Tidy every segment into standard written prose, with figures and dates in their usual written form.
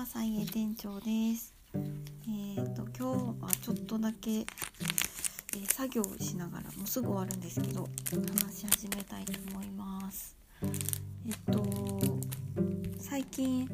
サイエ店長です。今日はちょっとだけ、作業しながらもうすぐ終わるんですけど話し始めたいと思います。最近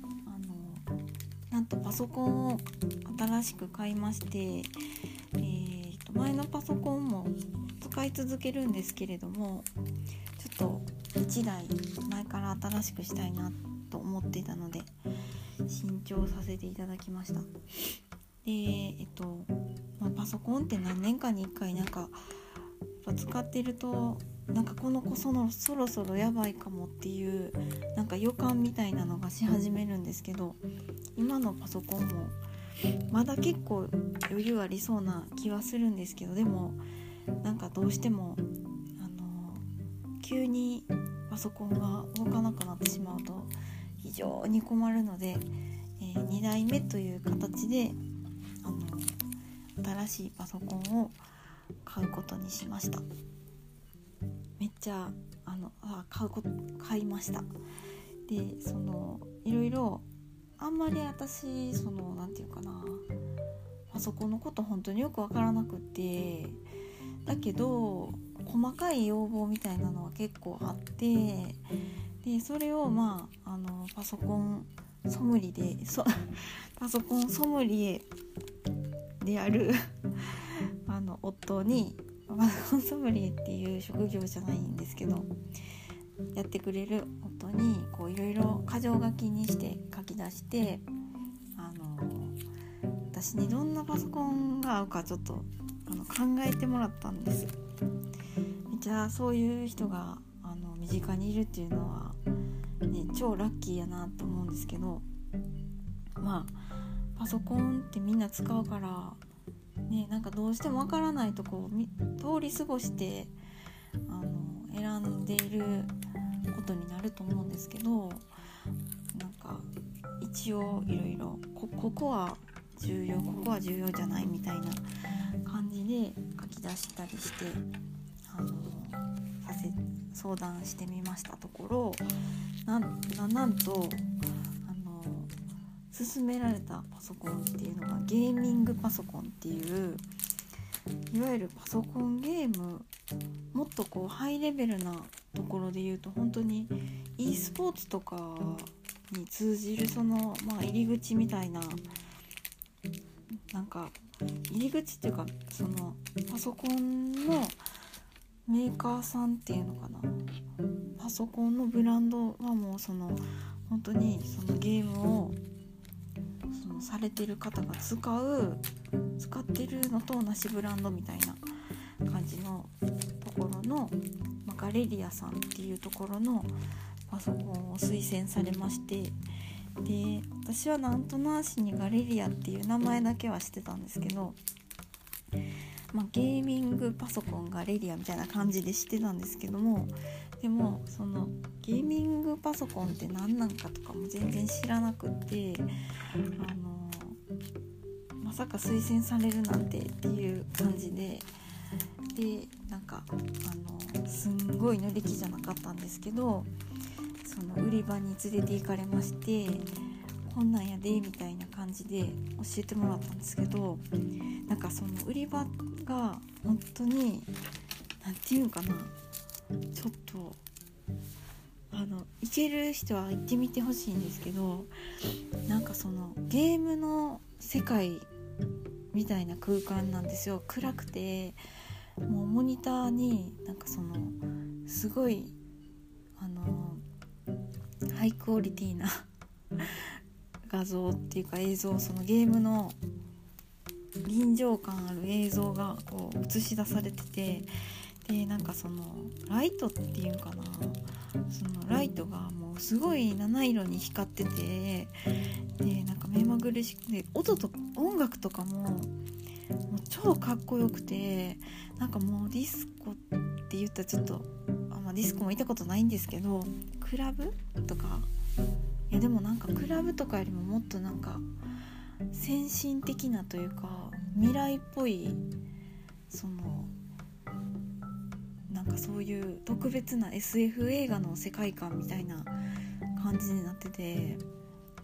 なんとパソコンを新しく買いまして、前のパソコンも使い続けるんですけれども、ちょっと1台前から新しくしたいなと思っていたので新調させていただきました。で、パソコンって何年かに1回使ってるとこの子そろそろやばいかもっていう予感みたいなのがし始めるんですけど、今のパソコンもまだ結構余裕ありそうな気はするんですけど、でもどうしても急にパソコンが動かなくなってしまうと非常に困るので、2台目という形で新しいパソコンを買うことにしました。めっちゃ買いました。で、いろいろあんまり私パソコンのこと本当によくわからなくて、だけど細かい要望みたいなのは結構あって、でそれをパソコンソムリエである夫に、パソコンソムリエっていう職業じゃないんですけど、やってくれる夫にいろいろ箇条書きにして書き出して、私にどんなパソコンが合うかちょっと考えてもらったんです。じゃあそういう人が身近にいるっていうのは、超ラッキーやなと思うんですけど、パソコンってみんな使うからどうしてもわからないとこ通り過ごして選んでいることになると思うんですけど、一応いろいろここは重要、ここは重要じゃないみたいな感じで書き出したりして相談してみましたところ、なんと勧められたパソコンっていうのがゲーミングパソコンっていう、いわゆるパソコンゲーム、もっとハイレベルなところで言うと本当に e スポーツとかに通じる入り口みたいな、入り口っていうかパソコンのメーカーさんっていうのかな、パソコンのブランドはもう本当にゲームをされてる方が使ってるのと同じブランドみたいな感じのところの、ガレリアさんっていうところのパソコンを推薦されまして、で私はなんとなしにガレリアっていう名前だけは知ってたんですけど、ゲーミングパソコンガレリアみたいな感じで知ってたんですけども、でもゲーミングパソコンって何なんかとかも全然知らなくて、まさか推薦されるなんてっていう感じですんごい乗り気じゃなかったんですけど、売り場に連れて行かれまして、こんなんやでみたいな感じで教えてもらったんですけど、売り場が本当にちょっと行ける人は行ってみてほしいんですけど、ゲームの世界みたいな空間なんですよ。暗くてもうモニターにすごいハイクオリティな画像っていうか映像、ゲームの臨場感ある映像が映し出されてて、でライトっていうかな、ライトがもうすごい七色に光ってて、で目まぐるしくて、音楽とかもう超かっこよくて、もうディスコって言ったらちょっとディスコも行ったことないんですけど、クラブとか、でもクラブとかよりももっと先進的なというか未来っぽいそういう特別な SF 映画の世界観みたいな感じになってて、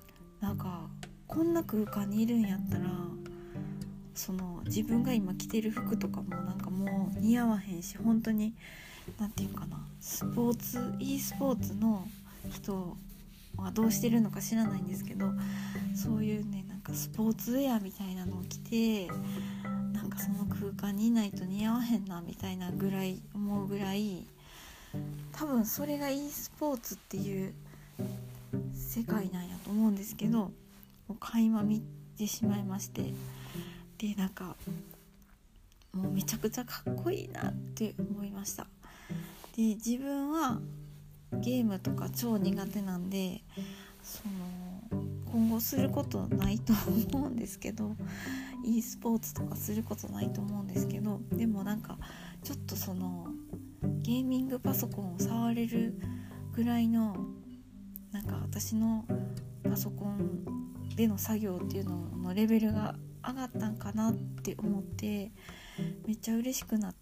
なんかこんな空間にいるんやったらその自分が今着てる服とかもなんかもう似合わへんし、本当になんていうかな、e スポーツの人はどうしてるのか知らないんですけど、そういうねなんかスポーツウェアみたいなのを着てなんかその空間にいないと似合わへんなみたいなぐらい思うぐらい、多分それが e スポーツっていう世界なんやと思うんですけど、もう垣間見てしまいまして、でなんかもうめちゃくちゃかっこいいなって思いました。で自分はゲームとか超苦手なんで、その今後することないと思うんですけど、 e スポーツとかすることないと思うんですけど、でもなんかちょっとそのゲーミングパソコンを触れるぐらいのなんか私のパソコンでの作業っていうののレベルが上がったんかなって思ってめっちゃ嬉しくなって、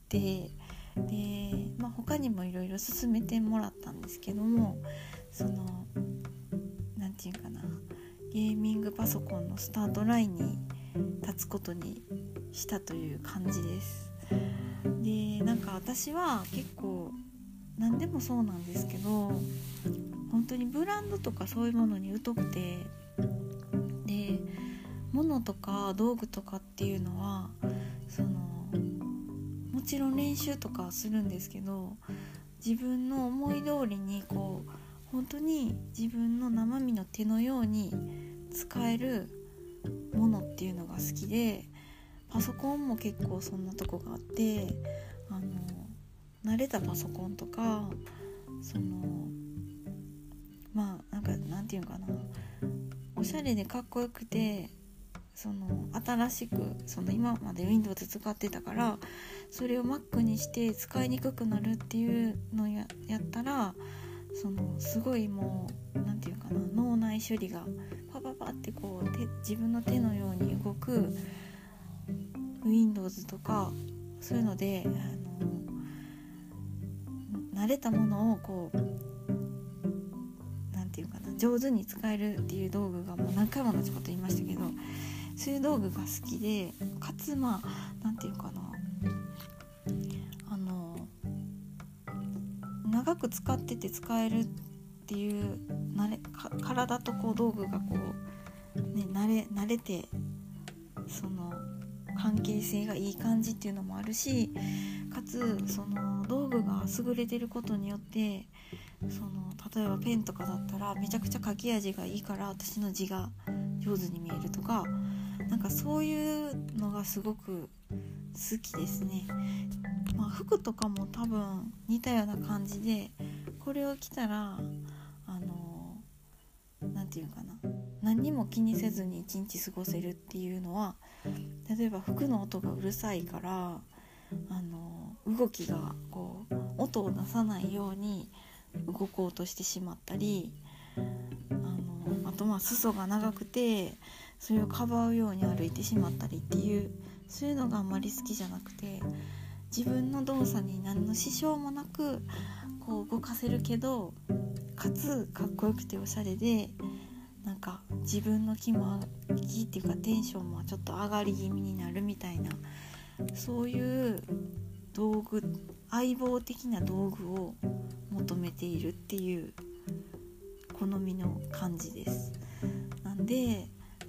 で、他にもいろいろ勧めてもらったんですけども、そのなんていうかな、ゲーミングパソコンのスタートラインに立つことにしたという感じです。でなんか私は結構何でもそうなんですけど、本当にブランドとかそういうものに疎くて、で物とか道具とかっていうのはそのもちろん練習とかはするんですけど、自分の思い通りにこう本当に自分の生身の手のように使えるものっていうのが好きで、パソコンも結構そんなとこがあって、慣れたパソコンとかそのなんていうかな、おしゃれでかっこよくてその新しくその今まで Windows 使ってたからそれを Mac にして使いにくくなるっていうのやったら、そのすごいもうなんていうかな、脳内処理がパパパってこう自分の手のように動く Windows とかそういうので慣れたものをこうなんていうかな、上手に使えるっていう道具がもう何回も同じこと言いましたけど、そういう道具が好きで、かつなんていうかな、長く使ってて使えるっていう体とこう道具がこう、ね、慣れてその関係性がいい感じっていうのもあるし、かつその道具が優れてることによってその例えばペンとかだったらめちゃくちゃ書き味がいいから私の字が上手に見えるとか、なんかそういうのがすごく好きですね。服とかも多分似たような感じで、これを着たらなんていうかな、何にも気にせずに一日過ごせるっていうのは、例えば服の音がうるさいから動きがこう音を出さないように動こうとしてしまったり、あと裾が長くてそれをかばうように歩いてしまったりっていう、そういうのがあんまり好きじゃなくて、自分の動作に何の支障もなくこう動かせるけど、かつかっこよくておしゃれで、なんか自分の気っていうかテンションもちょっと上がり気味になるみたいな、そういう道具、相棒的な道具を求めているっていう好みの感じです。なんで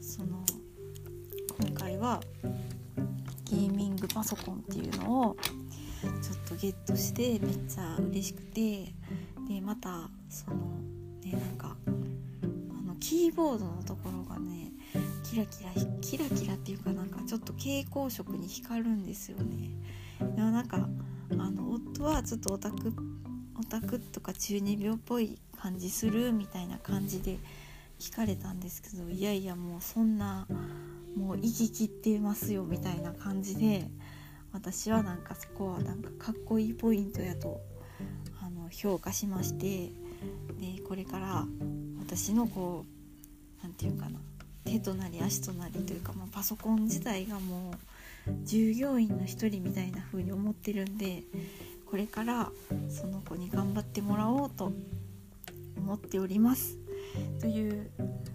今回はゲーミングパソコンっていうのをちょっとゲットしてめっちゃ嬉しくて、でまたなんかキーボードのところがねキラキラっていうかなんかちょっと蛍光色に光るんですよね。でもなんか夫はちょっとオタクとか中二病っぽい感じするみたいな感じで聞かれたんですけど、いやいやもうそんなもう生き切ってますよみたいな感じで、私はなんかそこはなんかかっこいいポイントやと評価しまして、でこれから私のこうなんていうかな、手となり足となりというか、パソコン自体がもう従業員の一人みたいな風に思ってるんで、これからその子に頑張ってもらおうと思っております。 という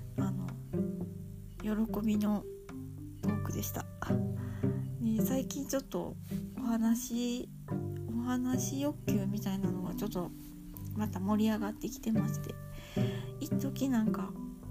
喜びのトークでした。最近ちょっとお話欲求みたいなのがちょっとまた盛り上がってきてまして、一時なんか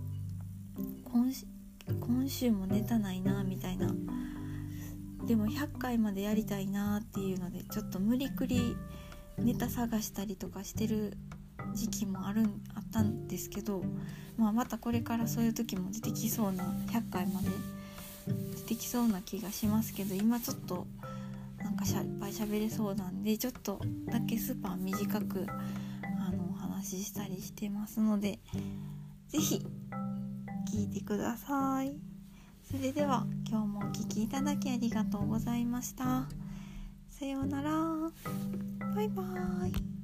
今週もネタないなみたいな、でも100回までやりたいなっていうのでちょっと無理くりネタ探したりとかしてる時期もあったんですけど、またこれからそういう時も出てきそうな、100回まで出てきそうな気がしますけど、今ちょっとなんかいっぱい喋れそうなんで、ちょっとだけスパン短くお話ししたりしてますので、ぜひ聞いてください。それでは今日もお聞きいただきありがとうございました。さようなら。バイバイ。